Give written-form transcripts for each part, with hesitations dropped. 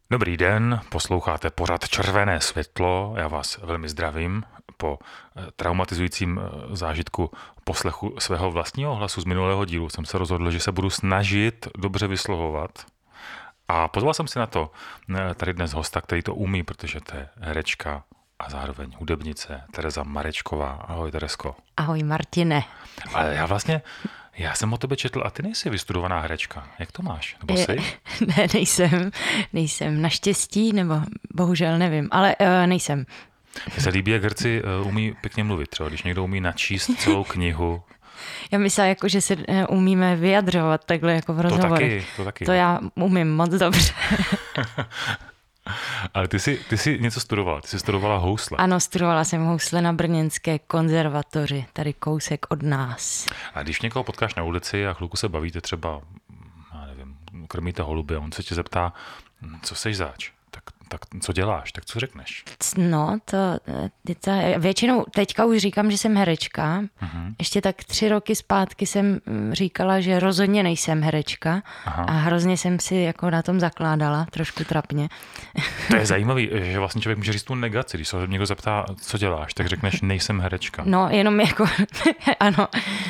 Dobrý den, posloucháte pořad Červené světlo, já vás velmi zdravím. Po traumatizujícím zážitku poslechu svého vlastního hlasu z minulého dílu jsem se rozhodl, že se budu snažit dobře vyslovovat. A pozval jsem si na to tady dnes hosta, který to umí, protože to je herečka a zároveň hudebnice Tereza Marečková. Ahoj, Teresko. Ahoj, Martine. Ale já jsem o tobě četl a ty nejsi vystudovaná herečka. Jak to máš? Nebo jsi? Ne, nejsem. Naštěstí, nebo bohužel nevím, ale nejsem. Mně se líbí, jak herci umí pěkně mluvit. Třeba když někdo umí načíst celou knihu. Já myslím, jako, že se umíme vyjadřovat takhle jako v rozhovorech. To taky. To já umím moc dobře. Ale ty jsi něco studovala. Ty jsi studovala housle. Ano, studovala jsem housle na Brněnské konzervatoři, tady kousek od nás. A když někoho potkáš na ulici a chvilku se bavíte třeba, já nevím, krmíte holuby a on se tě zeptá, co seš zač? Tak co děláš? Tak co řekneš? No, to většinou teďka už říkám, že jsem herečka. Ještě tak 3 roky zpátky jsem říkala, že rozhodně nejsem herečka. Aha. A hrozně jsem si jako na tom zakládala, trošku trapně. To je zajímavý, že vlastně člověk může říct tu negaci. Když se někdo zeptá, co děláš, tak řekneš, nejsem herečka. No, jenom jako, ano.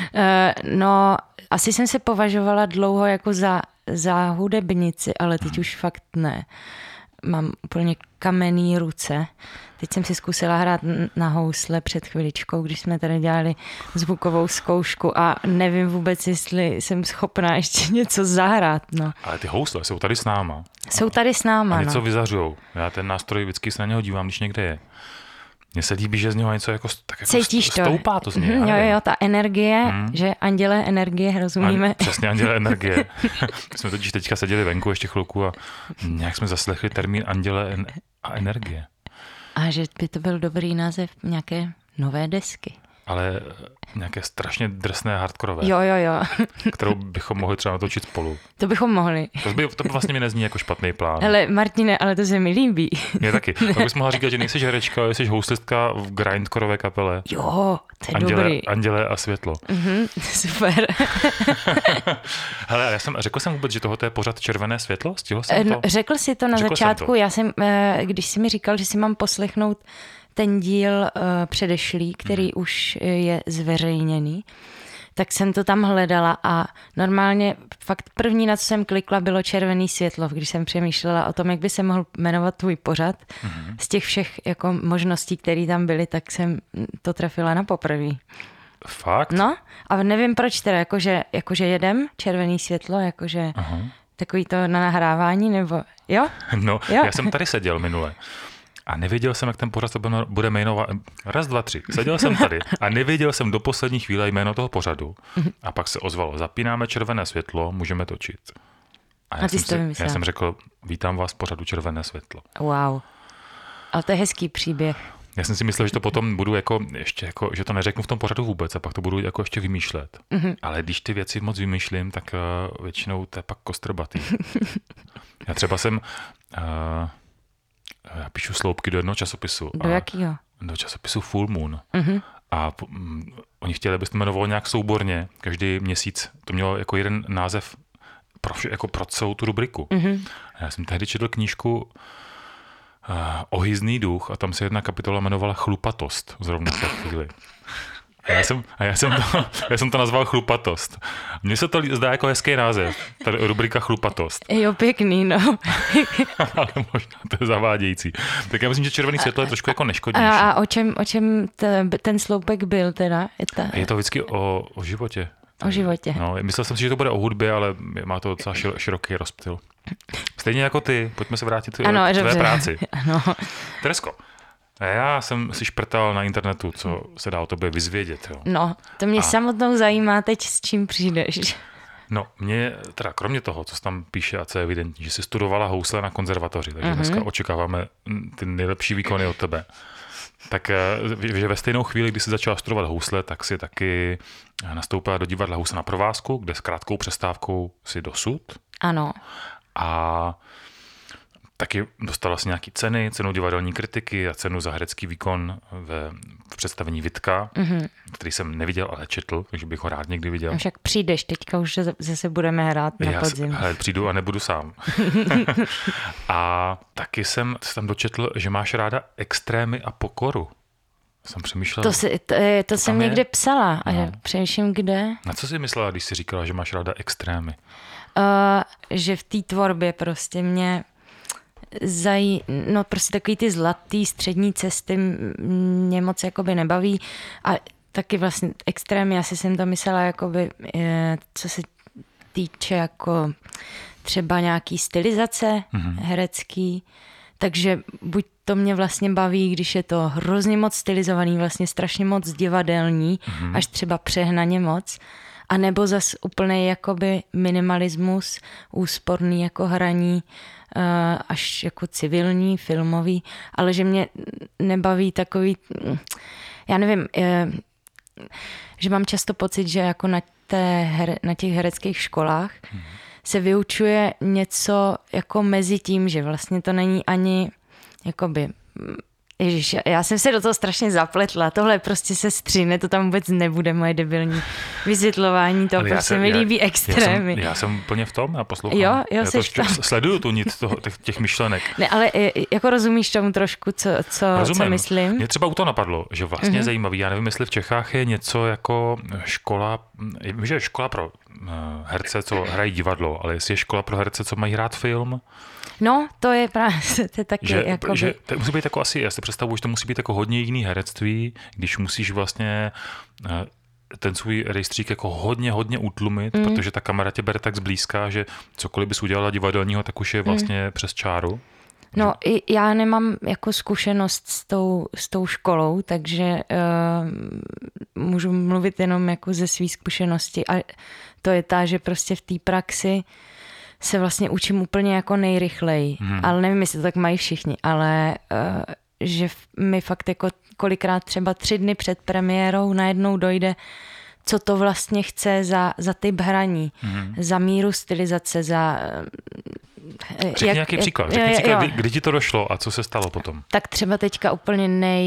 No, asi jsem se považovala dlouho jako za hudebnici, ale teď už fakt ne. Mám úplně kamenný ruce. Teď jsem si zkusila hrát na housle před chviličkou, když jsme tady dělali zvukovou zkoušku a nevím vůbec, jestli jsem schopná ještě něco zahrát. No. Ale ty housle jsou tady s náma. Jsou tady s náma, a něco vyzařujou. Já ten nástroj vždycky se na něho dívám, když někde je. Mně se líbí, že z něho něco jako stoupá to z něj. Jo, ta energie, že andělé energie, rozumíme? Přesně, andělé energie. My jsme totiž teďka seděli venku ještě chvilku a nějak jsme zaslechli termín andělé a energie. A že by to byl dobrý název nějaké nové desky. Ale nějaké strašně drsné hardkorové. Jo. Kterou bychom mohli třeba natočit spolu. To bychom mohli. To by vlastně mi nezní jako špatný plán. Hele, Martine, ale to se mi líbí. Mně taky. Tak bys mohla říkat, že nejsi herečka, ale jsi houslistka v grindkorové kapele. Jo, to je dobrý. Anděle a světlo. Super. Hele, řekl jsem vůbec, že tohle je pořad Červené světlo? Stihl jsem to? Řekl jsi to na začátku. Já jsem, když jsi mi říkal, že si mám poslechnout ten díl předešlý, který už je zveřejněný, tak jsem to tam hledala a normálně fakt první, na co jsem klikla, bylo Červený světlo, když jsem přemýšlela o tom, jak by se mohl jmenovat tvůj pořad. Z těch všech jako možností, které tam byly, tak jsem to trefila na poprvé. Fakt? No, a nevím proč teda, jakože jedem Červený světlo, jakože takový to na nahrávání, nebo jo? No, jo. Já jsem tady seděl minule. A nevěděl jsem, jak ten pořad bude jmenovat. 1, 2, 3. Seděl jsem tady a nevěděl jsem do poslední chvíle jméno toho pořadu. A pak se ozvalo, zapínáme Červené světlo, můžeme točit. A já jsem řekl, vítám vás v pořadu Červené světlo. Wow. Ale to je hezký příběh. Já jsem si myslel, že to potom budu že to neřeknu v tom pořadu vůbec a pak to budu jako ještě vymýšlet. Ale když ty věci moc vymýšlím, tak většinou to je pak kostrbatý. Já třeba já píšu sloupky do jednoho časopisu. Do jakého? Do časopisu Full Moon. A oni chtěli, aby se to jmenovalo nějak souborně. Každý měsíc to mělo jako jeden název pro celou tu rubriku. A já jsem tehdy četl knížku Ohyzný duch a tam se jedna kapitola jmenovala Chlupatost. Zrovna v té chvíli. A já jsem to nazval Chlupatost. Mně se to zdá jako hezký název, ta rubrika Chlupatost. Jo, pěkný, no. Ale možná to je zavádějící. Tak já myslím, že Červený světlo je trošku jako neškodnější. A o čem ten sloupek byl teda? Je to vždycky o životě. O životě. No, myslel jsem si, že to bude o hudbě, ale má to docela široký rozptyl. Stejně jako ty, pojďme se vrátit k tvé práci. Ano. Teresko, já jsem si šprtal na internetu, co se dá o tobě vyzvědět. Jo. No, to mě samotnou zajímá teď, s čím přijdeš. No, mě teda kromě toho, co se tam píše a co je evidentní, že jsi studovala housle na konzervatoři, takže dneska očekáváme ty nejlepší výkony od tebe. Tak že ve stejnou chvíli, kdy jsi začala studovat housle, tak si taky nastoupila do divadla Housle na provázku, kde s krátkou přestávkou si dosud. Ano. A taky dostala si nějaký ceny, cenu divadelní kritiky a cenu za herecký výkon v představení Vitka, který jsem neviděl, ale četl, takže bych ho rád někdy viděl. Však přijdeš, teďka už zase budeme hrát na podzim. Já přijdu a nebudu sám. A taky jsem tam dočetl, že máš ráda extrémy a pokoru. Jsem přemýšlel. To jsem někde psala, a já přemýšlím kde. Na co jsi myslela, když jsi říkala, že máš ráda extrémy? Že v té tvorbě prostě mě prostě takový ty zlatý střední cesty mě moc jakoby nebaví a taky vlastně extrémy, asi jsem to myslela jakoby, co se týče jako třeba nějaký stylizace herecký, takže buď to mě vlastně baví, když je to hrozně moc stylizovaný, vlastně strašně moc divadelní, až třeba přehnaně moc, a nebo zas úplnej jakoby minimalismus, úsporný jako hraní, až jako civilní, filmový, ale že mě nebaví takový, já nevím, že mám často pocit, že jako na těch hereckých školách se vyučuje něco jako mezi tím, že vlastně to není ani jakoby, ježiš, já jsem se do toho strašně zapletla, tohle prostě se stříne, to tam vůbec nebude moje debilní vysvětlování, to prostě mi líbí extrémy. Já jsem úplně v tom, já poslouchám. Jo, já sleduju tu nit těch myšlenek. Ne, ale jako rozumíš tomu trošku, co myslím? Mě třeba u toho napadlo, že vlastně je zajímavý, já nevím, jestli v Čechách je něco jako škola, vím, že je škola pro herce, co hrají divadlo, ale jestli je škola pro herce, co mají hrát film. No, to je právě, to je taky že to musí být jako asi, já si představuji, že to musí být jako hodně jiný herectví, když musíš vlastně ten svůj rejstřík jako hodně utlumit, protože ta kamera tě bere tak zblízka, že cokoliv bys udělala divadelního, tak už je vlastně přes čáru. No, já nemám jako zkušenost s tou školou, takže můžu mluvit jenom jako ze svý zkušenosti a to je ta, že prostě v té praxi se vlastně učím úplně jako nejrychleji, ale nevím, jestli to tak mají všichni, ale že mi fakt jako kolikrát třeba 3 dny před premiérou najednou dojde, co to vlastně chce za typ hraní, za míru stylizace, za... Řekni nějaký příklad, kdy ti to došlo a co se stalo potom? Tak třeba teďka úplně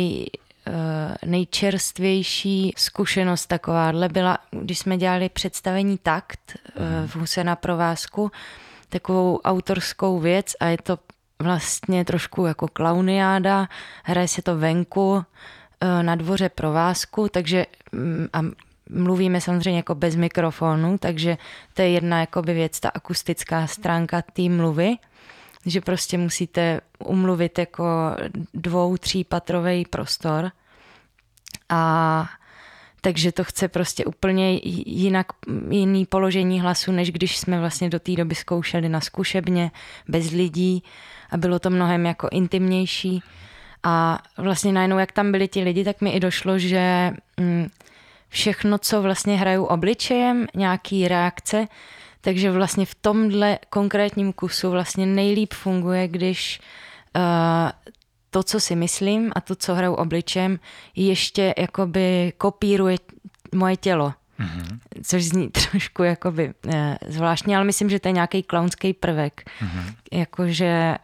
nejčerstvější zkušenost takováhle byla, když jsme dělali představení Takt v Huse na provázku, takovou autorskou věc a je to vlastně trošku jako klauniáda, hraje se to venku na dvoře provázku, takže a mluvíme samozřejmě jako bez mikrofonu, takže to je jedna jakoby věc, ta akustická stránka té mluvy, že prostě musíte umluvit jako 2-3 patrový prostor a takže to chce prostě úplně jiný položení hlasu, než když jsme vlastně do té doby zkoušeli na zkušebně, bez lidí a bylo to mnohem jako intimnější a vlastně najednou, jak tam byli ti lidi, tak mi i došlo, že všechno, co vlastně hrajou obličejem, nějaký reakce, takže vlastně v tomhle konkrétním kusu vlastně nejlíp funguje, když to, co si myslím a to, co hraju obličejem, ještě jakoby kopíruje moje tělo. Což zní trošku jakoby zvláštně, ale myslím, že to je nějaký klaunský prvek. Jakože,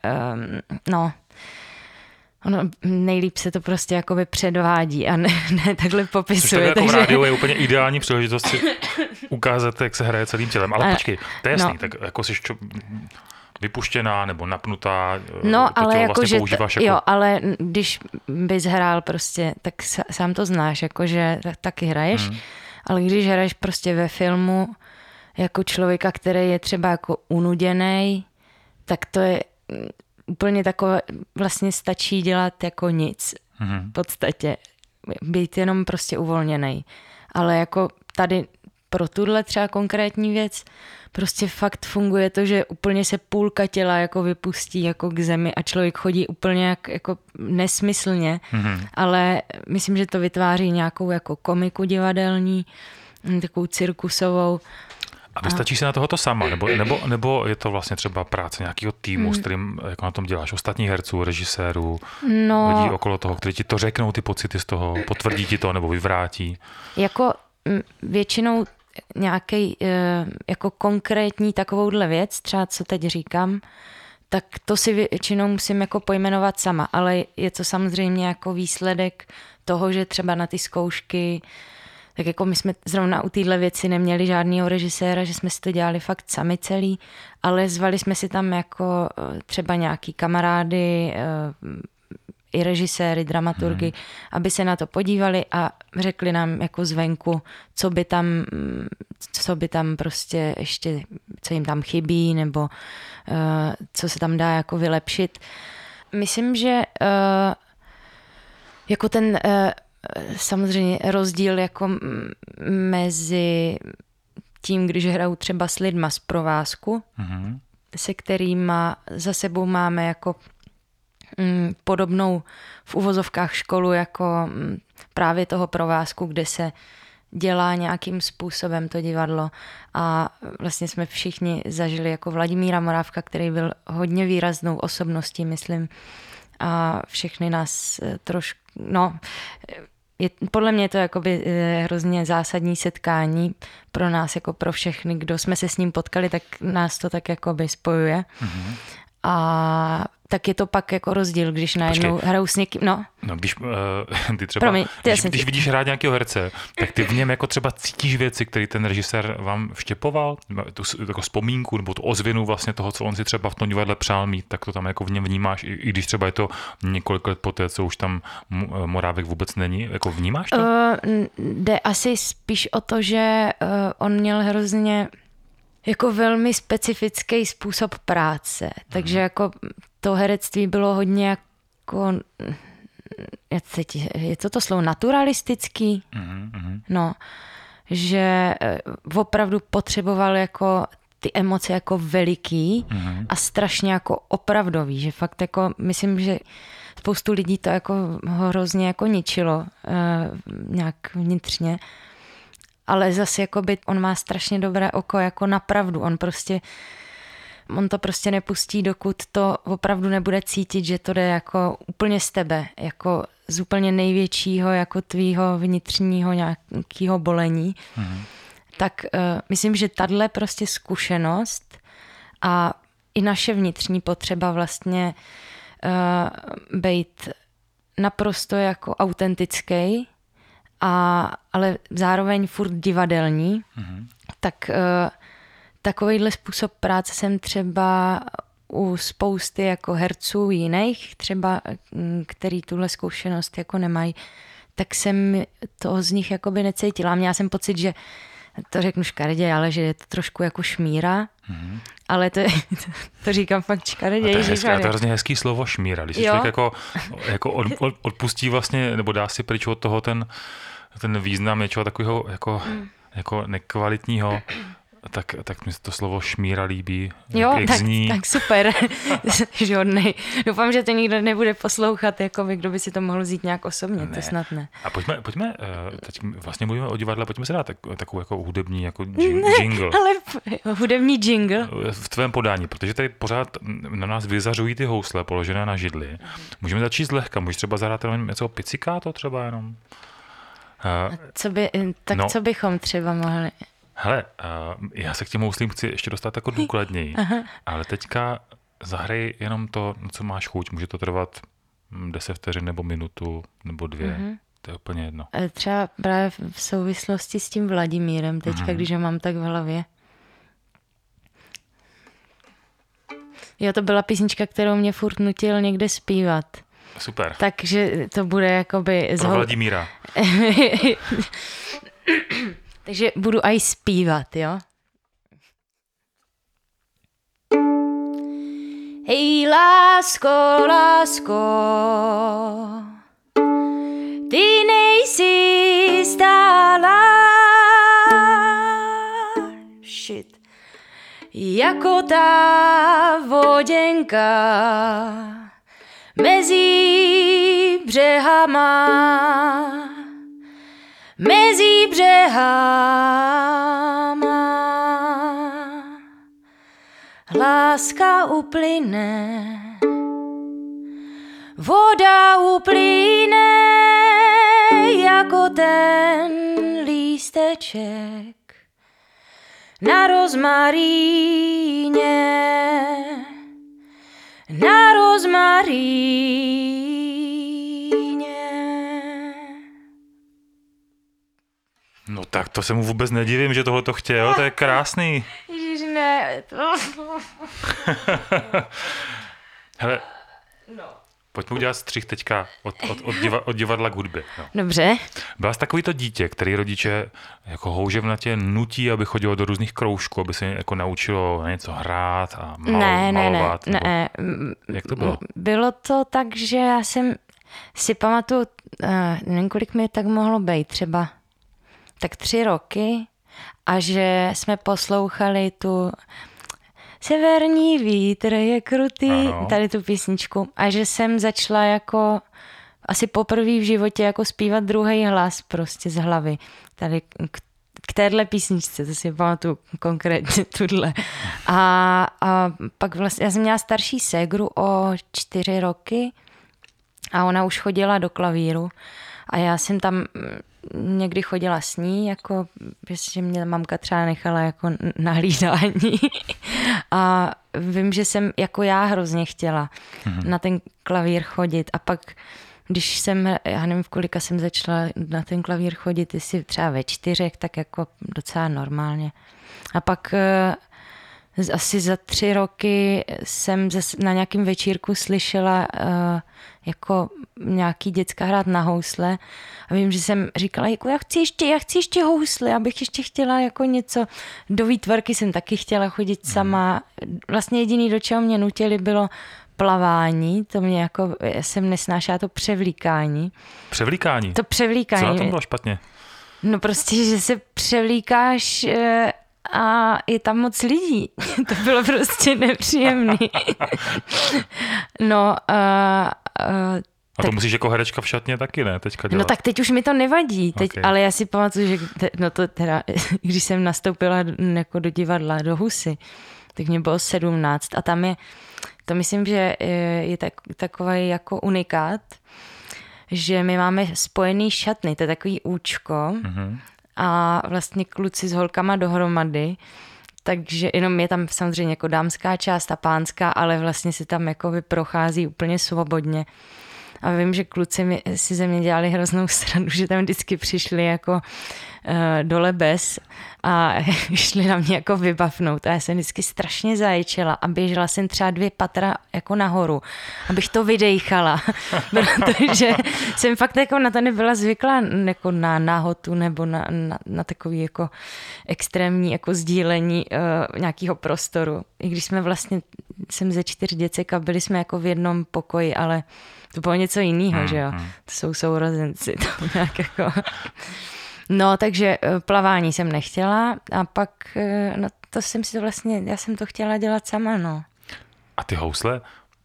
ono nejlíp se to prostě jakoby předvádí a ne takhle popisuje. Což jako v rádiu je úplně ideální příležitost si ukázat, jak se hraje celým tělem. Ale počkej, to je jasný, tak jako jsi vypuštěná nebo napnutá, no, ale jako, vlastně používáš jako... Jo, ale když bys hrál prostě, tak sám to znáš, jakože taky hraješ, ale když hraješ prostě ve filmu jako člověka, který je třeba jako unuděnej, tak to je úplně takové, vlastně stačí dělat jako nic. V podstatě být jenom prostě uvolněnej. Ale jako tady pro tuhle třeba konkrétní věc prostě fakt funguje to, že úplně se půlka těla jako vypustí jako k zemi a člověk chodí úplně jako nesmyslně, ale myslím, že to vytváří nějakou jako komiku divadelní, takovou cirkusovou. A vystačíš se na tohoto sama? Nebo je to vlastně třeba práce nějakého týmu, s kterým jako na tom děláš? Ostatních herců, režisérů, lidí okolo toho, kteří ti to řeknou, ty pocity z toho, potvrdí ti to nebo vyvrátí? Jako většinou nějaký jako konkrétní takovouhle věc, třeba co teď říkám, tak to si většinou musím jako pojmenovat sama, ale je to samozřejmě jako výsledek toho, že třeba na ty zkoušky, tak jako my jsme zrovna u téhle věci neměli žádnýho režiséra, že jsme si to dělali fakt sami celý, ale zvali jsme si tam jako třeba nějaký kamarády, i režiséry, dramaturgy, aby se na to podívali a řekli nám jako zvenku, co by tam prostě ještě, co jim tam chybí, nebo co se tam dá jako vylepšit. Myslím, že jako ten samozřejmě rozdíl jako mezi tím, když hraju třeba s lidma z provázku, se kterýma za sebou máme jako podobnou v uvozovkách školu jako právě toho provázku, kde se dělá nějakým způsobem to divadlo a vlastně jsme všichni zažili jako Vladimíra Morávka, který byl hodně výraznou osobností, myslím, a všechny nás trošku, podle mě je to jakoby hrozně zásadní setkání pro nás, jako pro všechny, kdo jsme se s ním potkali, tak nás to tak jakoby spojuje. A tak je to pak jako rozdíl, když najednou hraju s někým, No, když ty třeba, když vidíš hrát nějakého herce, tak ty v něm jako třeba cítíš věci, které ten režisér vám vštěpoval, tu jako vzpomínku nebo tu ozvěnu vlastně toho, co on si třeba v tom divadle přál mít, tak to tam jako v něm vnímáš, i když třeba je to několik let poté, co už tam Morávek vůbec není, jako vnímáš to? Jde asi spíš o to, že on měl hrozně jako velmi specifický způsob práce, takže jako to herectví bylo hodně jako, je to slovo naturalistický? No, že opravdu potřeboval jako ty emoce jako veliký a strašně jako opravdový, že fakt jako myslím, že spoustu lidí to jako hrozně jako ničilo nějak vnitřně. Ale zase jakoby on má strašně dobré oko jako na pravdu. On to prostě nepustí, dokud to opravdu nebude cítit, že to jde jako úplně z tebe, jako z úplně největšího jako tvýho vnitřního nějakého bolení. Tak myslím, že tahle prostě zkušenost a i naše vnitřní potřeba vlastně být naprosto jako autentický, ale zároveň furt divadelní, tak takovýhle způsob práce jsem třeba u spousty jako herců jiných, třeba který tuhle zkušenost jako nemají, tak jsem to z nich jakoby necítila. Měla jsem pocit, že to řeknu škaredě, ale že je to trošku jako šmíra, ale to říkám fakt škaredě. To je hrozně hezký slovo šmíra, když člověk jako odpustí vlastně, nebo dá si pryč od toho ten význam něčeho takového jako nekvalitního, tak mi se to slovo šmíra líbí. Jo, tak super. Žodnej. Doufám, že to nikdo nebude poslouchat, jakoby, kdo by si to mohl vzít nějak osobně, to snad ne. A pojďme, teď vlastně mluvíme o divadle, pojďme se dát takovou jako hudební jako jingle. Ale hudební jingle? V tvém podání, protože tady pořád na nás vyzařují ty housle položené na židli. Můžeme začít zlehka, můžeš třeba zahrát něco pizzicato třeba jenom? Co bychom třeba mohli? Hele, já se k těm houslím chci ještě dostat jako důkladněji, ale teďka zahraj jenom to, co máš chuť. Může to trvat 10 vteřin nebo minutu nebo 2. To je úplně jedno. Třeba právě v souvislosti s tím Vladimírem teďka, když ho mám tak v hlavě. Jo, to byla písnička, kterou mě furt nutil někde zpívat. Super. Takže to bude jakoby... Pro Vladimíra. Takže budu aj zpívat, jo? Hej, lásko, lásko, ty nejsi stála. Shit. Jako ta voděnka mezi břehama. Mezi břehama láska uplyne, voda uplyne jako ten lísteček na rozmaríně. na rozmaríně. No tak to se mu vůbec nedivím, že tohle to chtěl, to je krásný. Ježiš, ne. Hele, No. pojďme udělat střih teďka od divadla k hudbě. No. Dobře. Byla jsi takový to dítě, který rodiče jako houževnatě nutí, aby chodilo do různých kroužků, aby se jako naučilo na něco hrát a malovat? Ne. Jak to bylo? Bylo to tak, že já jsem si pamatuju, nevím, kolik mi tak mohlo být, třeba tak 3 roky, a že jsme poslouchali tu Severní vítr je krutý, ano. Tady tu písničku, a že jsem začala jako asi poprvé v životě jako zpívat druhý hlas prostě z hlavy. Tady k téhle písničce, to si pamatuju konkrétně tuhle. A pak vlastně, já jsem měla starší ségru o 4 roky a ona už chodila do klavíru a já jsem tam někdy chodila s ní, jako, že mě mamka třeba nechala jako na hlídání. A vím, že jsem jako já hrozně chtěla na ten klavír chodit. A pak, když jsem, já nevím, v kolika jsem začala na ten klavír chodit, jestli třeba ve 4, tak jako docela normálně. A pak asi za 3 roky jsem na nějakém večírku slyšela jako nějaký děcka hrát na housle a vím, že jsem říkala, jako já chci ještě housle, abych ještě chtěla jako něco. Do výtvarky jsem taky chtěla chodit sama. Vlastně jediný, do čeho mě nutili, bylo plavání, to mě jako, já jsem nesnášela to převlíkání. Převlíkání? To převlíkání. Co na tom bylo špatně? No prostě, že se převlíkáš a je tam moc lidí. To bylo prostě nepříjemný. No, a to musíš jako herečka v šatně taky, ne? Teďka dělat. No tak teď už mi to nevadí, Okay. Ale já si pamatuju, že no to teda, když jsem nastoupila jako do divadla, do Husy, tak mě bylo 17 a tam je, to myslím, že je takový jako unikát, že my máme spojený šatny, to je takový účko a vlastně kluci s holkama dohromady, takže jenom je tam samozřejmě jako dámská část a pánská, ale vlastně se tam jako prochází úplně svobodně. A vím, že kluci si ze mě dělali hroznou srandu, že tam vždycky přišli jako dole bez a šli na mě jako vybavnout. A já jsem vždycky strašně zaječela a běžela jsem třeba 2 patra jako nahoru, abych to vydejchala. Protože jsem fakt jako na to nebyla zvyklá jako na náhotu nebo na takový jako extrémní jako sdílení nějakého prostoru. I když jsme vlastně, jsem ze 4 děcek a byli jsme jako v jednom pokoji, ale to bylo něco jiného, že jo. To jsou sourozenci. To nějak jako... No, takže plavání jsem nechtěla a pak, no to jsem si to vlastně, já jsem to chtěla dělat sama, no. A ty housle,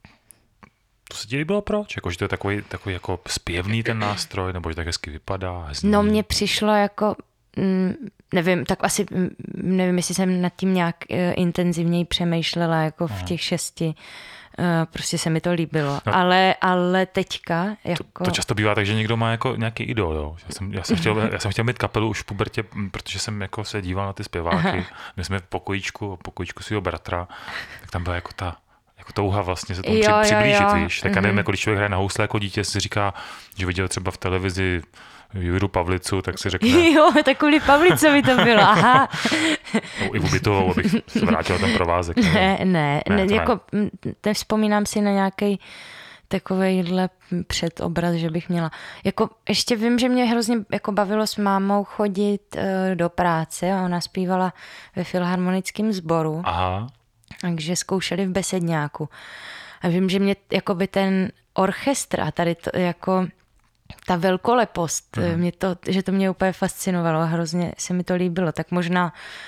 to se ti líbilo proč? Jako, že to je takový jako zpěvný ten nástroj, nebo že tak hezky vypadá? Zní. No, mně přišlo jako, nevím, tak asi, nevím, jestli jsem nad tím nějak intenzivněji přemýšlela, jako v těch 6. Prostě se mi to líbilo. No, ale teďka... Jako... To často bývá tak, že někdo má jako nějaký idol, jo. Já jsem chtěl mít kapelu už v pubertě, protože jsem jako se díval na ty zpěváky. My jsme v pokojíčku svého bratra, tak tam byla jako ta touha vlastně se tomu přiblížit, víš. Tak já nevím, jako když člověk hraje na housle jako dítě, si říká, že viděl třeba v televizi Juru Pavlicu, tak si řekne... Jo, takový Pavlicovi to bylo, aha. No, i v Ubytovou, abych se vrátil ten provázek. Ne, jako nevzpomínám si na nějaký takovejhle předobraz, že bych měla. Jako ještě vím, že mě hrozně jako bavilo s mámou chodit do práce a ona zpívala ve filharmonickém sboru. Aha. Takže zkoušeli v besedňáku. A vím, že mě jakoby ten orchestr a tady to jako... Ta velkolepost, že to mě úplně fascinovalo a hrozně se mi to líbilo, tak možná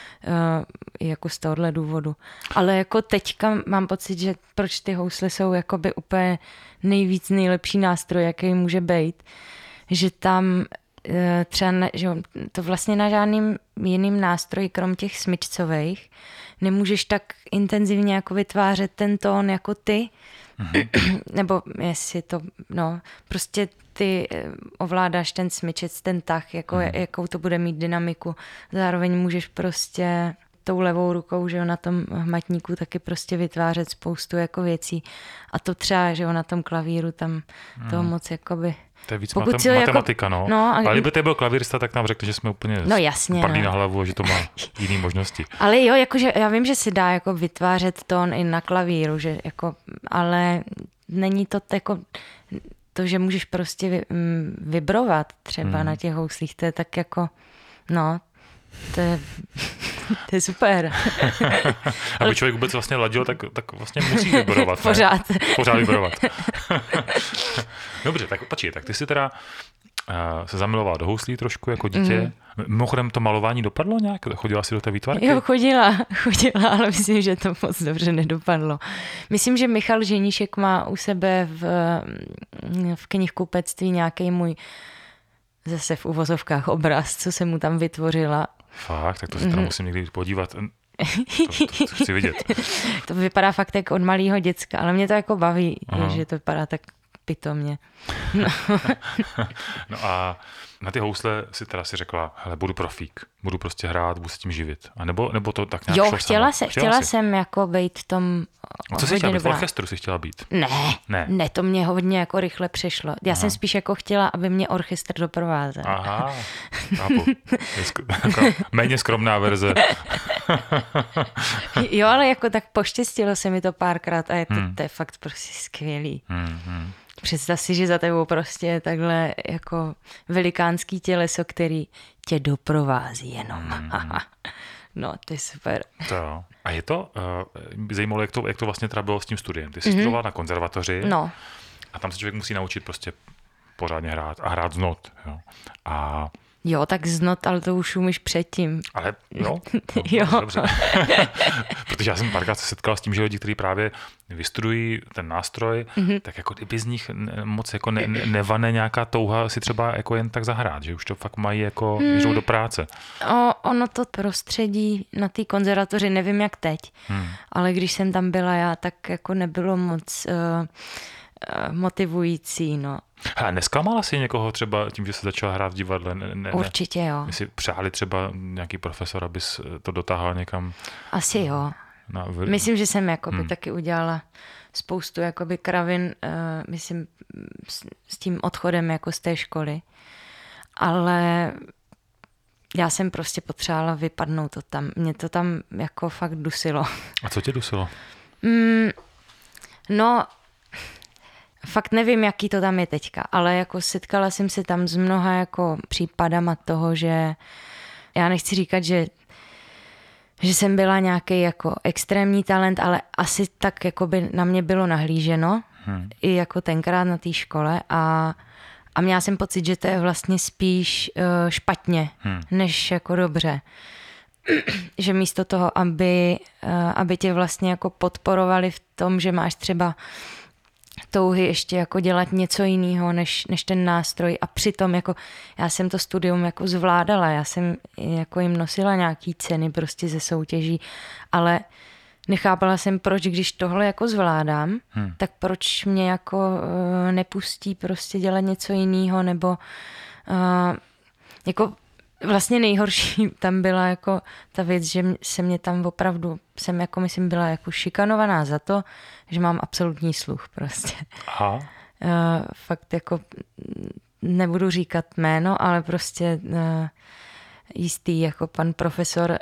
jako z tohohle důvodu. Ale jako teďka mám pocit, že proč ty housle jsou jakoby úplně nejlepší nástroj, jaký může být, že tam třeba, že to vlastně na žádným jiným nástroji, krom těch smyčcových, nemůžeš tak intenzivně jako vytvářet ten tón jako ty, nebo jestli to, no, prostě ty ovládáš ten smyčec, ten tah, jako, jakou to bude mít dynamiku. Zároveň můžeš prostě tou levou rukou, že jo, na tom hmatníku taky prostě vytvářet spoustu jako věcí. A to třeba, že jo, na tom klavíru tam toho moc jakoby... To je víc jako, matematika, no. Ale kdyby to byl klavírista, tak nám řekl, že jsme úplně padlí na hlavu, že to má jiné možnosti. Ale jo, jakože já vím, že se dá jako vytvářet tón i na klavíru, že jako, ale není to jako to, že můžeš prostě vibrovat třeba na těch houslích, to je tak jako, no, to je super. Aby člověk vůbec vlastně ladil, tak vlastně musí vibrovat. Pořád vibrovat. Dobře, tak počkej, tak ty jsi teda se zamilovala do houslí trošku jako dítě. Mimochodem to malování dopadlo nějak? Chodila jsi do té výtvarky? Jo, chodila, ale myslím, že to moc dobře nedopadlo. Myslím, že Michal Ženíšek má u sebe v knihkupectví nějaký můj zase v uvozovkách obraz, co jsem mu tam vytvořila. Fakt? Tak to si tam musím někdy podívat. To chci vidět. To vypadá fakt jak od malého děcka, ale mě to jako baví, že to vypadá tak pitomně. No a na ty housle si teda si řekla, hele, budu profík, budu prostě hrát, budu se tím živit. A nebo to tak nějak šlo chtěla jsem jako být v tom. A co jsi chtěla být? V orchestru jsi chtěla být? Ne, to mě hodně jako rychle přešlo. Já jsem spíš jako chtěla, aby mě orchestr doprovázel. Aha, chápu. Méně skromná verze. Jo, ale jako tak poštěstilo se mi to párkrát a to je fakt prostě skvělý. Představ si, že za tebou prostě je takhle jako velikánský těleso, který tě doprovází jenom. No, to je super. To. A je to, zajímalo, jak to vlastně teda bylo s tím studiem. Ty jsi studovala na konzervatoři a tam se člověk musí naučit prostě pořádně hrát a hrát z not. Jo, tak z not, ale to už umíš předtím. Ale jo? Jo. Dobře. Protože já jsem párkrát se setkal s tím, že lidi, kteří právě vystudují ten nástroj, tak jako kdyby z nich moc jako nevane nějaká touha si třeba jako jen tak zahrát, že už to fakt mají jako jdou do práce. Ono to prostředí na té konzervatoři, nevím jak teď, ale když jsem tam byla já, tak jako nebylo moc motivující, no. A nesklamala jsi někoho třeba tím, že se začala hrát v divadle? Určitě jo. My si přáli třeba nějaký profesor, abys to dotáhal někam? Asi jo. Myslím, že jsem jakoby taky udělala spoustu jakoby kravin, myslím, s tím odchodem jako z té školy. Ale já jsem prostě potřebovala vypadnout to tam. Mě to tam jako fakt dusilo. A co tě dusilo? No, fakt nevím, jaký to tam je teďka, ale jako setkala jsem se tam s mnoha jako případama toho, že já nechci říkat, že jsem byla nějaký jako extrémní talent, ale asi tak jako by na mě bylo nahlíženo i jako tenkrát na té škole a měla jsem pocit, že to je vlastně spíš špatně, než jako dobře. Že místo toho, aby tě vlastně jako podporovali v tom, že máš třeba touhy ještě jako dělat něco jiného než ten nástroj a přitom jako já jsem to studium jako zvládala, já jsem jako jim nosila nějaký ceny prostě ze soutěží, ale nechápala jsem, proč když tohle jako zvládám, tak proč mě jako nepustí prostě dělat něco jiného nebo jako vlastně nejhorší tam byla jako ta věc, že se mě tam opravdu, jsem jako myslím byla jako šikanovaná za to, že mám absolutní sluch prostě. Aha. Fakt jako nebudu říkat jméno, ale prostě jistý jako pan profesor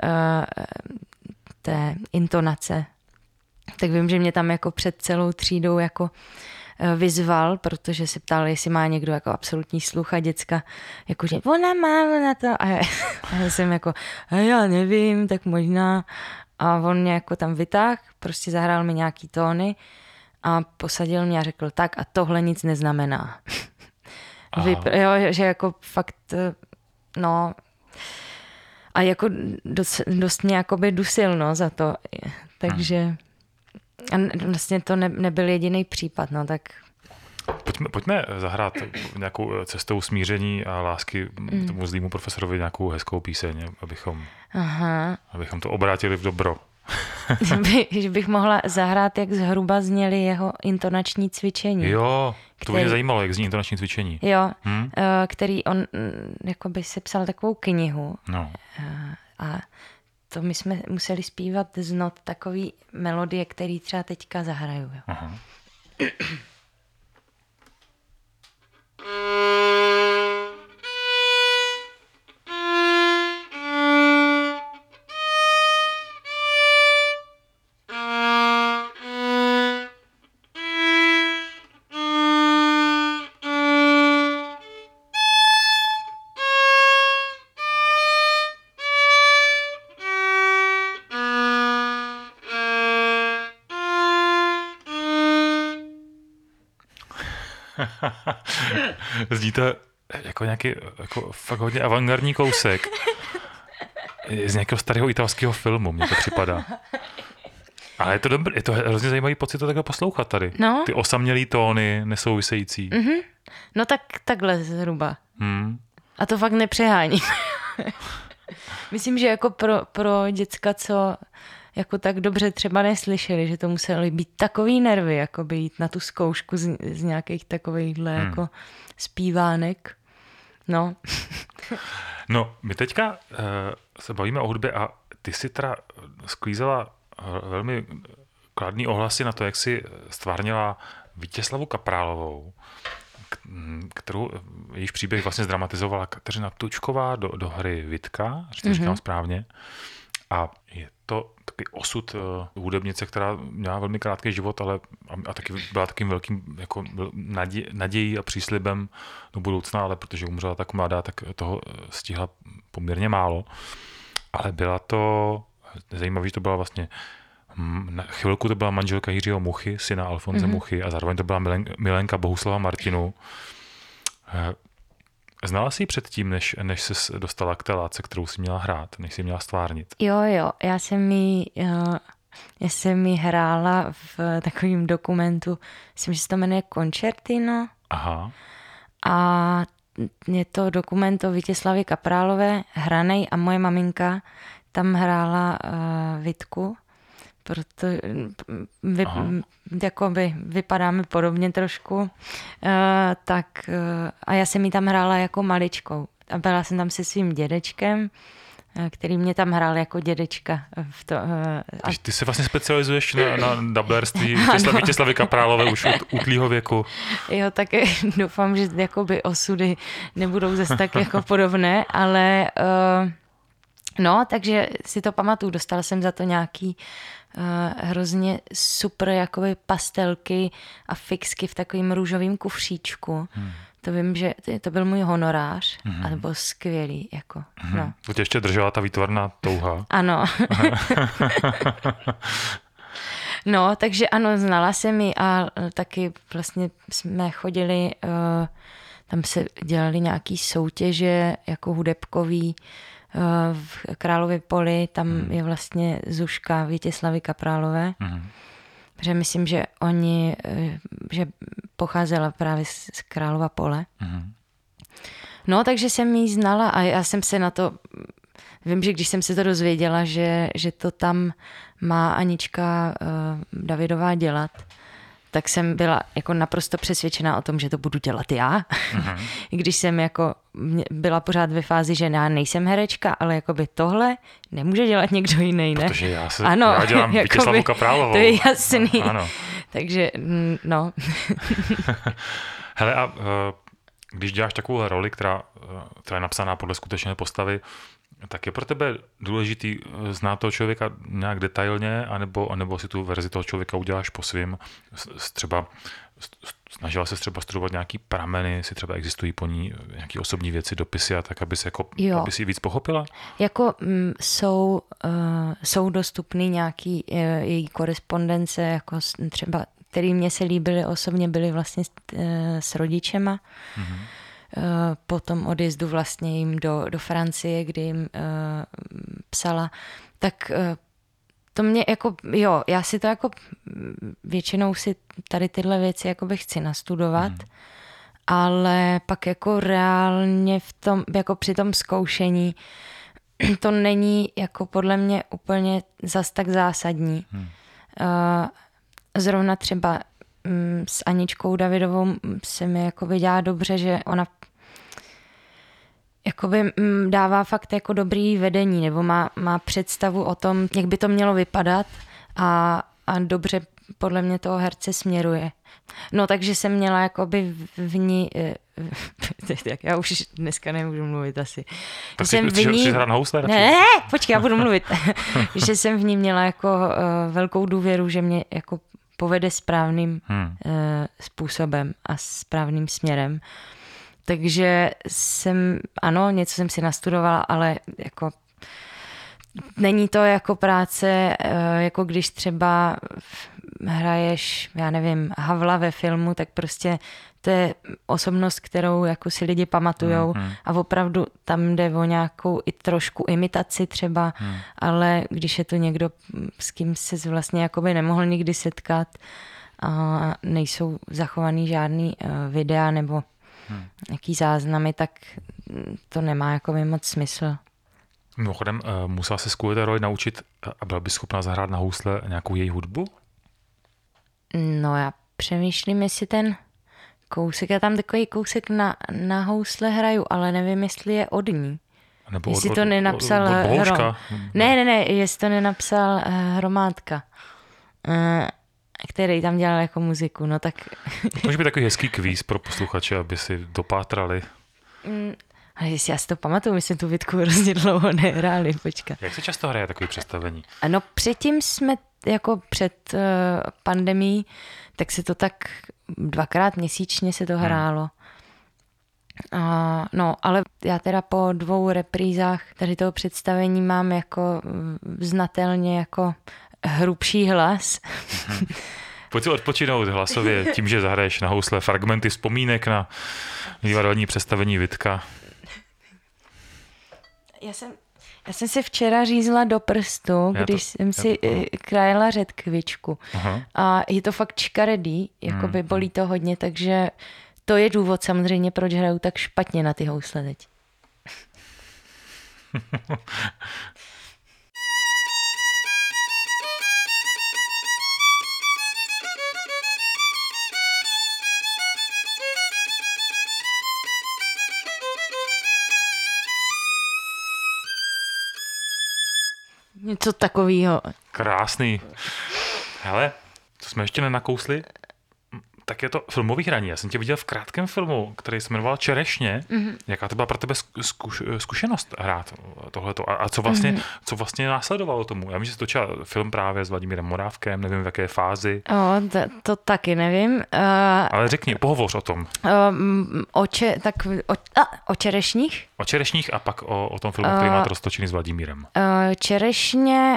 té intonace. Tak vím, že mě tam jako před celou třídou jako vyzval, protože se ptal, jestli má někdo jako absolutní sluch a děcka, jako, že ona to. A já jsem jako, já nevím, tak možná. A on mě jako tam vytáhl, prostě zahrál mi nějaký tóny a posadil mě a řekl, tak a tohle nic neznamená. Jo, že jako fakt, no. A jako dost mě jakoby dusil, no, za to. Takže a vlastně to nebyl jediný případ, no, tak... Pojďme zahrát nějakou cestou smíření a lásky tomu zlýmu profesorovi nějakou hezkou píseň, abychom to obrátili v dobro. Že bych mohla zahrát, jak zhruba zněly jeho intonační cvičení. Jo, to by mě zajímalo, jak zní intonační cvičení. Jo, který on jakoby sepsal takovou knihu. No. A to my jsme museli zpívat z not takový melodie, který třeba teďka zahraju. Jo. Aha. Zní to jako nějaký jako fakt hodně avantgardní kousek z nějakého starého italského filmu, mně to připadá. Ale je to dobré, je to hrozně zajímavý pocit to takhle poslouchat tady. No. Ty osamělý tóny, nesouvisející. Mm-hmm. No tak takhle zhruba. A to fakt nepřeháním. Myslím, že jako pro děcka, co jako tak dobře třeba neslyšeli, že to museli být takový nervy, jako by jít na tu zkoušku z nějakých takovýchhle jako zpívánek. No. No, my teďka se bavíme o hudbě a ty si teda sklízela velmi kladný ohlasy na to, jak si stvárnila Vítězslavu Kaprálovou, kterou jejíž příběh vlastně zdramatizovala Kateřina Tučková do hry Vitka, že to říkám správně. A je to takový osud hudebnice, která měla velmi krátký život, ale a taky byla takým velkým jako nadějí a příslibem do budoucna, ale protože umřela tak mladá, tak toho stihla poměrně málo. Ale byla to zajímavé, že to byla vlastně na chvilku to byla manželka Jiřího Muchy, syna Alfonse Muchy, a zároveň to byla milenka Bohuslava Martinu. Znala jsi ji předtím, než se dostala k té látce, kterou jsi měla hrát, než jsi měla stvárnit? Jo, já jsem jí hrála v takovém dokumentu, myslím, že se to jmenuje Concertino. Aha. A je to dokument o Vítězslavě Kaprálové, hranej, a moje maminka tam hrála Vitku, proto jakoby vypadáme podobně trošku. A já jsem jí tam hrála jako maličkou. A byla jsem tam se svým dědečkem, který mě tam hrál jako dědečka. Takže ty se vlastně specializuješ na dublerství Vítězslavy Kaprálové už od útlýho věku. Jo, tak doufám, že jakoby osudy nebudou zase tak jako podobné, ale no, takže si to pamatuju. Dostala jsem za to nějaký hrozně super jakoby pastelky a fixky v takovým růžovým kufříčku. To vím, že to byl můj honorář, a to bylo skvělý. Jako, no. To tě ještě držela ta výtvarná touha. Ano. No, takže ano, znala jsem ji a taky vlastně jsme chodili, tam se dělali nějaký soutěže jako hudebkový v Králově Poli, tam je vlastně Zuška Vítězslavy Kaprálové. Protože myslím, že že pocházela právě z Králova Pole. No, takže jsem ji znala a já jsem se na to, vím, že když jsem se to dozvěděla, že to tam má Anička Davidová dělat, tak jsem byla jako naprosto přesvědčená o tom, že to budu dělat já. I když jsem jako byla pořád ve fázi, že já nejsem herečka, ale jakoby tohle nemůže dělat někdo jiný, ne? Protože já dělám Vítězslavu Kaprálovou. To je jasný. Ano. Takže, no. Hele, a když děláš takovou roli, která je napsaná podle skutečné postavy, tak je pro tebe důležitý znát toho člověka nějak detailně, anebo si tu verzi toho člověka uděláš po svým? Třeba snažila se třeba studovat nějaký prameny, jestli třeba existují po ní nějaké osobní věci, dopisy a tak, aby si víc pochopila? Jako jsou dostupný nějaký její korespondence, jako třeba, který mě se líbily osobně, byly vlastně s rodičema. Po tom odjezdu vlastně jim do Francie, kdy jim psala, tak to mě jako, jo, já si to jako většinou si tady tyhle věci jakoby chci nastudovat, ale pak jako reálně v tom, jako při tom zkoušení to není jako podle mě úplně zas tak zásadní. Zrovna třeba s Aničkou Davidovou se mi jako dělá dobře, že ona jakoby dává fakt jako dobrý vedení, nebo má představu o tom, jak by to mělo vypadat a dobře podle mě toho herce směruje. No takže jsem měla jakoby v ní, tak já už dneska nemůžu mluvit asi. Tak jsi hrát na housle? Ne, počkej, já budu mluvit. Že jsem v ní měla jako velkou důvěru, že mě jako povede správným způsobem a správným směrem. Takže ano, něco jsem si nastudovala, ale jako není to jako práce, jako když třeba hraješ, já nevím, Havla ve filmu, tak prostě to je osobnost, kterou jako si lidi pamatujou a opravdu tam jde o nějakou i trošku imitaci třeba, ale když je to někdo, s kým se vlastně jakoby nemohl nikdy setkat a nejsou zachovaný žádný videa nebo nějaký záznamy, tak to nemá jakoby moc smysl. Mimochodem, musela se Scully Roy naučit a byla by schopná zahrát na housle nějakou její hudbu? No já přemýšlím, jestli ten kousek, já tam takový kousek na housle hraju, ale nevím, jestli je od ní. Nebo jestli to nenapsal Ne, jestli to nenapsal Hromádka, který tam dělal jako muziku, no tak... Může být takový hezký kvíz pro posluchače, aby si dopátrali. Ale jestli já si to pamatuju, my jsme tu Vítku hrozně dlouho nehráli, počkat. Jak se často hraje takový představení? No předtím jsme, jako před pandemií, tak se to tak 2krát měsíčně se to hrálo. No, ale já teda po 2 reprízách tady toho představení mám jako znatelně jako hrubší hlas. Pojď si odpočinout hlasově tím, že zahraješ na housle fragmenty vzpomínek na divadelní představení Vitka. Já jsem si včera řízla do prstu, když jsem si krájela řetkvičku. Aha. A je to fakt škaredý, jakoby bolí to hodně, takže to je důvod samozřejmě, proč hraju tak špatně na ty housle teď. Něco takového. Krásný. Hele, co jsme ještě nenakousli, tak je to filmový hraní. Já jsem tě viděl v krátkém filmu, který se jmenoval Čerešně. Mm-hmm. Jaká to byla pro tebe zkušenost hrát tohleto? A co vlastně následovalo tomu? Já vím, že jsi točila film právě s Vladimírem Morávkem, nevím v jaké fázi. To taky nevím. Ale řekni, pohovoř o tom. O Čerešních? O Čerešních a pak o tom filmu, který máte roztočený s Vladimírem. Čerešně...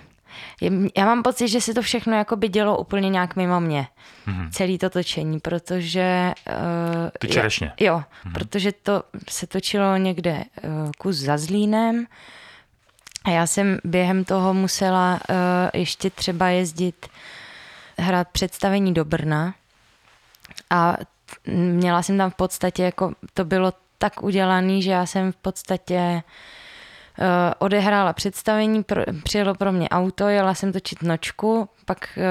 Já mám pocit, že se to všechno jako by dělo úplně nějak mimo mě. Mm-hmm. Celé to točení, protože... Ty Čerešně. Jo, protože to se točilo někde kus za Zlínem a já jsem během toho musela ještě třeba jezdit hrát představení do Brna a měla jsem tam v podstatě, jako to bylo tak udělaný, že já jsem v podstatě odehrála představení, přijelo pro mě auto, jela jsem točit nočku, pak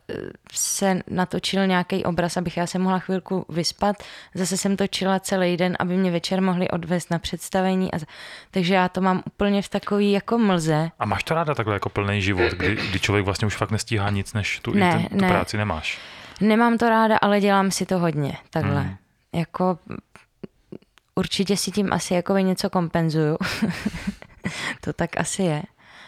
se natočil nějaký obraz, abych já se mohla chvilku vyspat. Zase jsem točila celý den, aby mě večer mohli odvést na představení. Takže já to mám úplně v takový jako mlze. A máš to ráda takhle jako plný život, kdy člověk vlastně už fakt nestíhá nic, než tu práci nemáš? Nemám to ráda, ale dělám si to hodně takhle. Jako určitě si tím asi jako něco kompenzuju. To tak asi je.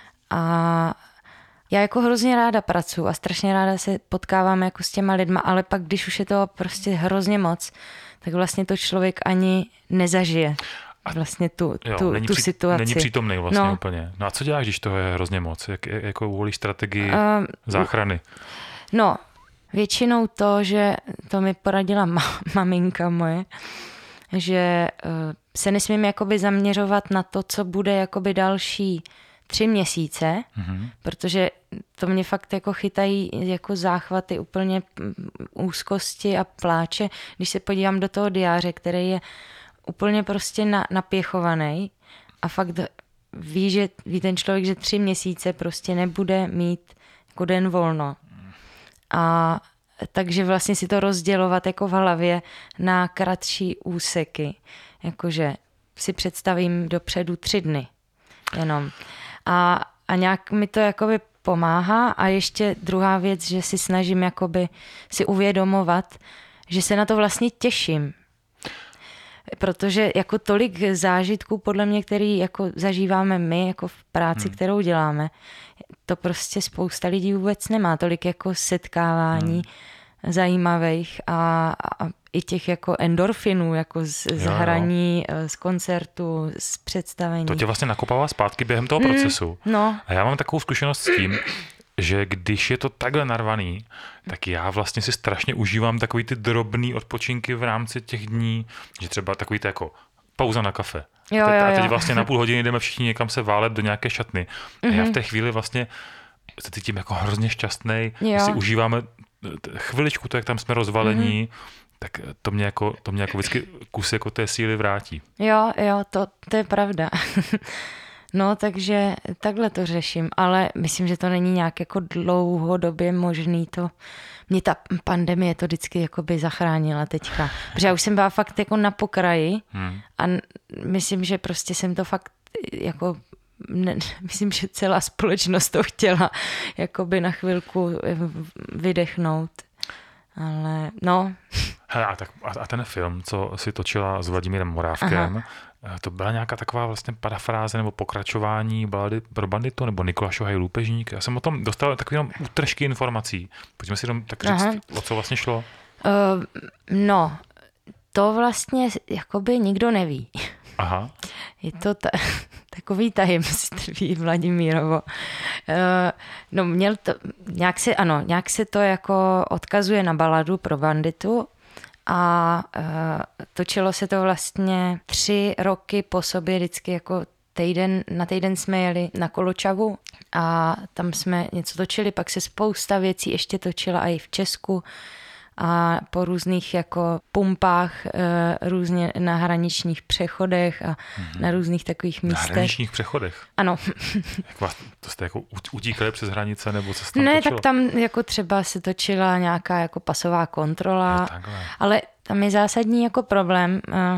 A já jako hrozně ráda pracuji a strašně ráda se potkávám jako s těma lidma, ale pak, když už je to prostě hrozně moc, tak vlastně to člověk ani nezažije. Vlastně tu situaci. Není přítomný vlastně úplně. No a co děláš, když to je hrozně moc? Jako uvolíš strategii záchrany? No, většinou to, že to mi poradila maminka moje, že se nesmím jakoby zaměřovat na to, co bude jakoby další 3 měsíce, protože to mě fakt jako chytají jako záchvaty úplně úzkosti a pláče, když se podívám do toho diáře, který je úplně prostě napěchovaný a fakt ví ten člověk, že 3 měsíce prostě nebude mít jako den volno. A takže vlastně si to rozdělovat jako v hlavě na kratší úseky. Jakože si představím dopředu 3 dny jenom. A nějak mi to jakoby pomáhá a ještě druhá věc, že si snažím jakoby si uvědomovat, že se na to vlastně těším. Protože jako tolik zážitků podle mě, který jako zažíváme my jako v práci, kterou děláme, to prostě spousta lidí vůbec nemá. Tolik jako setkávání zajímavých a i těch jako endorfinů, jako z hraní, z koncertu, z představení. To tě vlastně nakopává zpátky během toho procesu. No. A já mám takovou zkušenost s tím, že když je to takhle narvaný, tak já vlastně si strašně užívám takový ty drobný odpočinky v rámci těch dní, že třeba takový to jako pauza na kafe. A teď vlastně na půl hodiny jdeme všichni někam se válet do nějaké šatny. A já v té chvíli vlastně se cítím jako hrozně šťastnej, že si užíváme chviličku, to jak tam jsme rozvalení, tak to mě jako vždycky kus jako té síly vrátí. Jo, to je pravda. No, takže takhle to řeším, ale myslím, že to není nějak jako dlouhodobě možný to. Mě ta pandemie to vždycky jakoby zachránila teďka, protože já už jsem byla fakt jako na pokraji a myslím, že prostě jsem to fakt jako, myslím, že celá společnost to chtěla jakoby na chvilku vydechnout, ale no. Hele, a ten film, co si točila s Vladimírem Morávkem, to byla nějaká taková vlastně parafráze nebo pokračování balady pro banditu nebo Nikolášovi Loupežník. Já jsem o tom dostal takové jenom útržky informací. Pojďme si jenom tak říct, o co vlastně šlo. No, to vlastně jakoby nikdo neví. Aha. Je to takový tajemství Vladimírovo. No, nějak se to jako odkazuje na baladu pro banditu a točilo se to vlastně 3 roky po sobě, vždycky jako na týden jsme jeli na Koločavu a tam jsme něco točili, pak se spousta věcí ještě točila i v Česku a po různých jako pumpách, různě na hraničních přechodech a na různých takových místech. Na hraničních přechodech? Ano. To jste jako utíkali přes hranice, nebo co se tam točilo? Ne, tak tam jako třeba se točila nějaká jako pasová kontrola, ale tam je zásadní jako problém,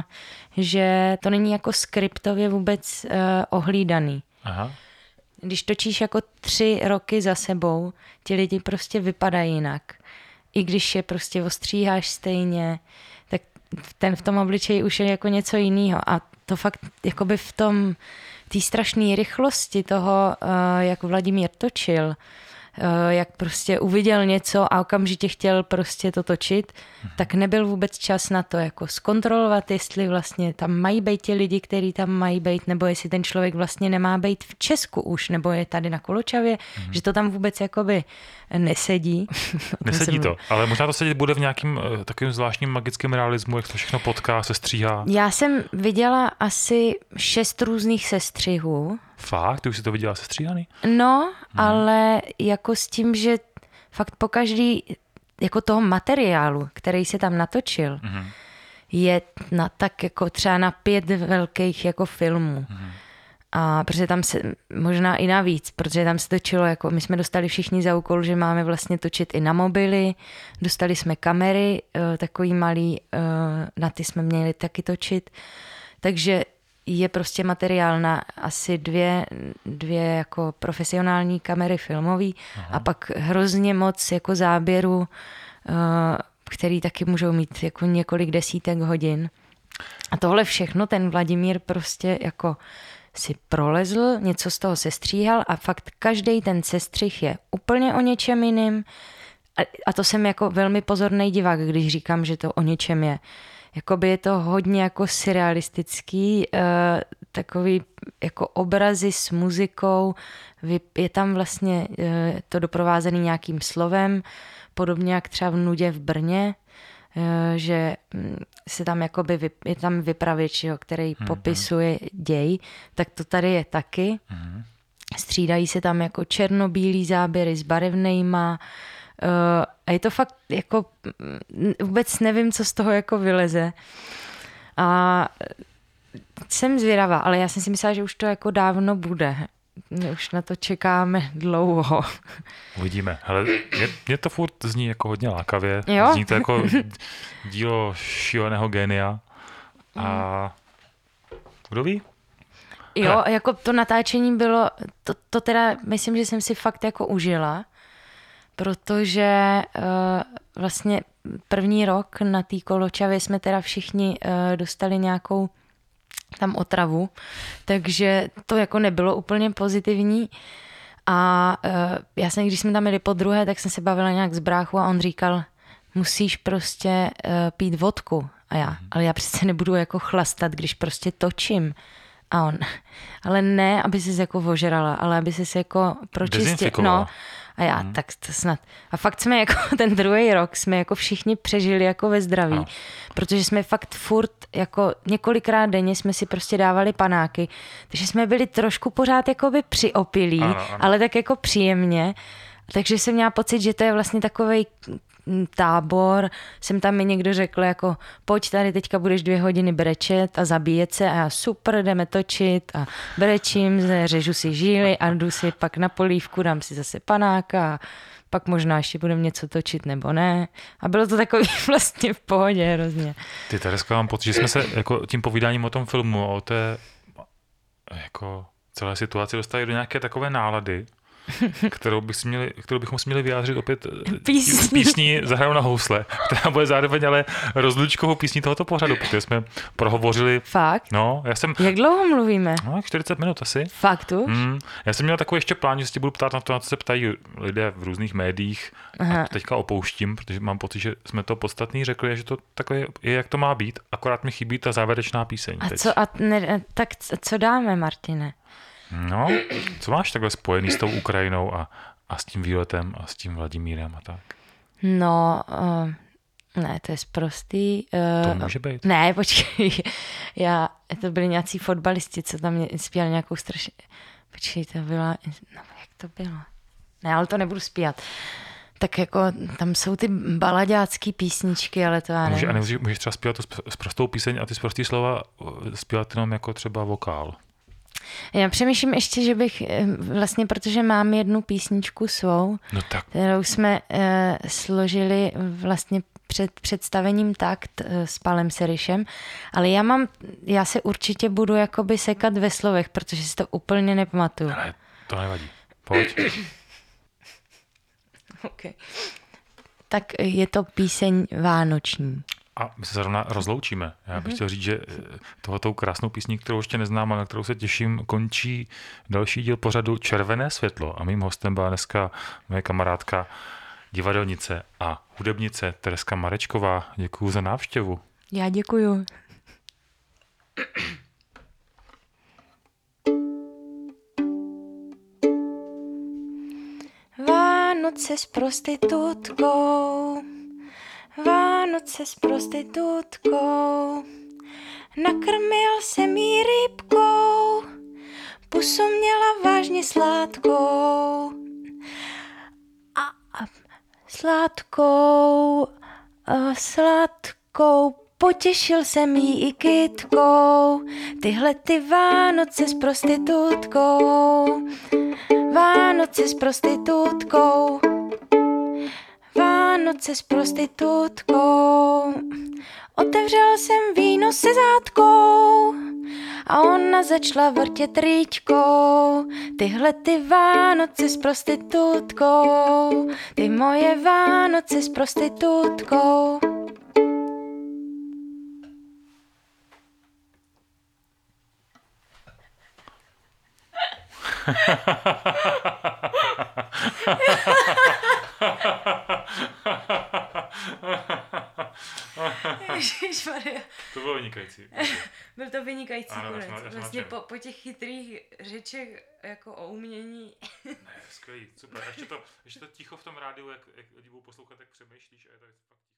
že to není jako skriptově vůbec ohlídaný. Aha. Když točíš jako 3 roky za sebou, ti lidi prostě vypadají jinak. I když je prostě ostříháš stejně, tak v tom obličeji už je jako něco jiného. A to fakt jakoby v té strašné rychlosti toho, jak Vladimír točil, jak prostě uviděl něco a okamžitě chtěl prostě to točit, tak nebyl vůbec čas na to jako zkontrolovat, jestli vlastně tam mají být ti lidi, kteří tam mají být, nebo jestli ten člověk vlastně nemá být v Česku už, nebo je tady na Koločavě, že to tam vůbec jakoby nesedí. Nesedí to, ale možná to sedět bude v nějakým takovým zvláštním magickém realismu, jak to všechno potká, se stříhá. Já jsem viděla asi 6 různých sestřihů. Fakt? Ty už jsi to viděla sestříhaný? No, ale jako s tím, že fakt po každý jako toho materiálu, který se tam natočil, je tak jako třeba na 5 velkých jako filmů. A protože tam se, možná i navíc, protože tam se točilo, jako my jsme dostali všichni za úkol, že máme vlastně točit i na mobily, dostali jsme kamery, takový malý, na ty jsme měli taky točit, takže je prostě materiál na asi 2 jako profesionální kamery filmový a pak hrozně moc jako záběrů, který taky můžou mít jako několik desítek hodin. A tohle všechno ten Vladimír prostě jako si prolezl, něco z toho sestříhal a fakt každý ten sestřih je úplně o něčem jiným. A to jsem jako velmi pozorný divák, když říkám, že to o něčem je. Jakoby je to hodně jako surrealistický, takový jako obrazy s muzikou, je tam vlastně to doprovázený nějakým slovem, podobně jak třeba v Nudě v Brně, že se tam jakoby je tam vypravěč, který popisuje děj, tak to tady je taky. Střídají se tam jako černobílý záběry s barevnejma, a je to fakt jako vůbec nevím, co z toho jako vyleze. A jsem zvědavá, ale já jsem si myslela, že už to jako dávno bude. Už na to čekáme dlouho. Uvidíme. Hele, mě to furt zní jako hodně lákavě. Jo? Zní to jako dílo šíleného génia. A Kdo ví? Jo, jako to natáčení bylo, to teda myslím, že jsem si fakt jako užila, protože vlastně první rok na té Koločavě jsme teda všichni dostali nějakou tam otravu, takže to jako nebylo úplně pozitivní. A já jsem, když jsme tam jeli po druhé, tak jsem se bavila nějak s bráchou a on říkal, musíš prostě pít vodku. A já, ale já přece nebudu jako chlastat, když prostě točím. A on, ale ne, aby jsi jako ožrala, ale aby jsi jako pročistil. No. A já, tak to snad. A fakt jsme jako ten druhý rok jsme jako všichni přežili jako ve zdraví, protože jsme fakt furt jako několikrát denně jsme si prostě dávali panáky, takže jsme byli trošku pořád jakoby přiopilí, ale tak jako příjemně. Takže jsem měla pocit, že to je vlastně takovej tábor, jsem tam mi někdo řekl jako pojď tady teďka budeš 2 hodiny brečet a zabíjet se a já super, jdeme točit a brečím, řežu si žíly a jdu si pak na polívku, dám si zase panáka a pak možná ještě budeme něco točit nebo ne. A bylo to takový vlastně v pohodě hrozně. Ty Teresko, mám pocit, že jsme se jako tím povídáním o tom filmu, o té jako celé situaci dostali do nějaké takové nálady, kterou bychom si měli vyjádřit opět písní Zahrajou na housle, která bude zároveň ale rozlučkovou písní tohoto pořadu, protože jsme prohovořili. Fakt? No, Jak dlouho mluvíme? No, 40 minut asi. Fakt už? Já jsem měl takový ještě plán, že se tě budu ptát na to, na co se ptají lidé v různých médiích. Aha. A to teďka opouštím, protože mám pocit, že jsme to podstatný řekli, že to takové je, jak to má být, akorát mi chybí ta závěrečná píseň. Tak co dáme, Martine? No, co máš takhle spojený s tou Ukrajinou a s tím výletem a s tím Vladimírem a tak? No, ne, to je sprostý. To může být. Ne, počkej, to byli nějací fotbalisti, co tam zpívali nějakou strašně... Počkej, to byla... No, jak to bylo? Ne, ale to nebudu zpívat. Tak jako tam jsou ty balaďácký písničky, ale to já nevím. Můžeš třeba zpívat tu sprostou píseň a ty sprostý slova zpívat jenom jako třeba vokál. Já přemýšlím ještě, že bych vlastně, protože mám jednu písničku svou, kterou jsme složili vlastně před představením Takt s Palem Serišem, ale já se určitě budu jakoby sekat ve slovech, protože si to úplně nepamatuju. Ale to nevadí. Pojď. Okay. Tak je to píseň vánoční. A my se zrovna rozloučíme. Já bych chtěl říct, že tohoto krásnou písní, kterou ještě neznám a na kterou se těším, končí další díl pořadu Červené světlo. A mým hostem byla dneska moje kamarádka, divadelnice a hudebnice Tereska Marečková. Děkuju za návštěvu. Já děkuju. Vánoce s prostitutkou, Vánoce s prostitutkou, nakrmil jsem jí rybkou, pusu měla vážně sladkou. Sladkou, potěšil jsem jí i kytkou, tyhle ty Vánoce s prostitutkou, Vánoce s prostitutkou, Vánoce s prostitutkou. Otevřel jsem víno se zátkou a ona začala vrtět rýčkou. Tyhle ty Vánoce s prostitutkou, ty moje Vánoce s prostitutkou. Ježišmarja. To bylo vynikající. Byl to vynikající konec. Vlastně po těch chytrých řečech jako o umění. Ne, skvělý, super. Ještě to ticho v tom rádiu, jak lidi budou poslouchat, tak přemýšlíš a je to fakt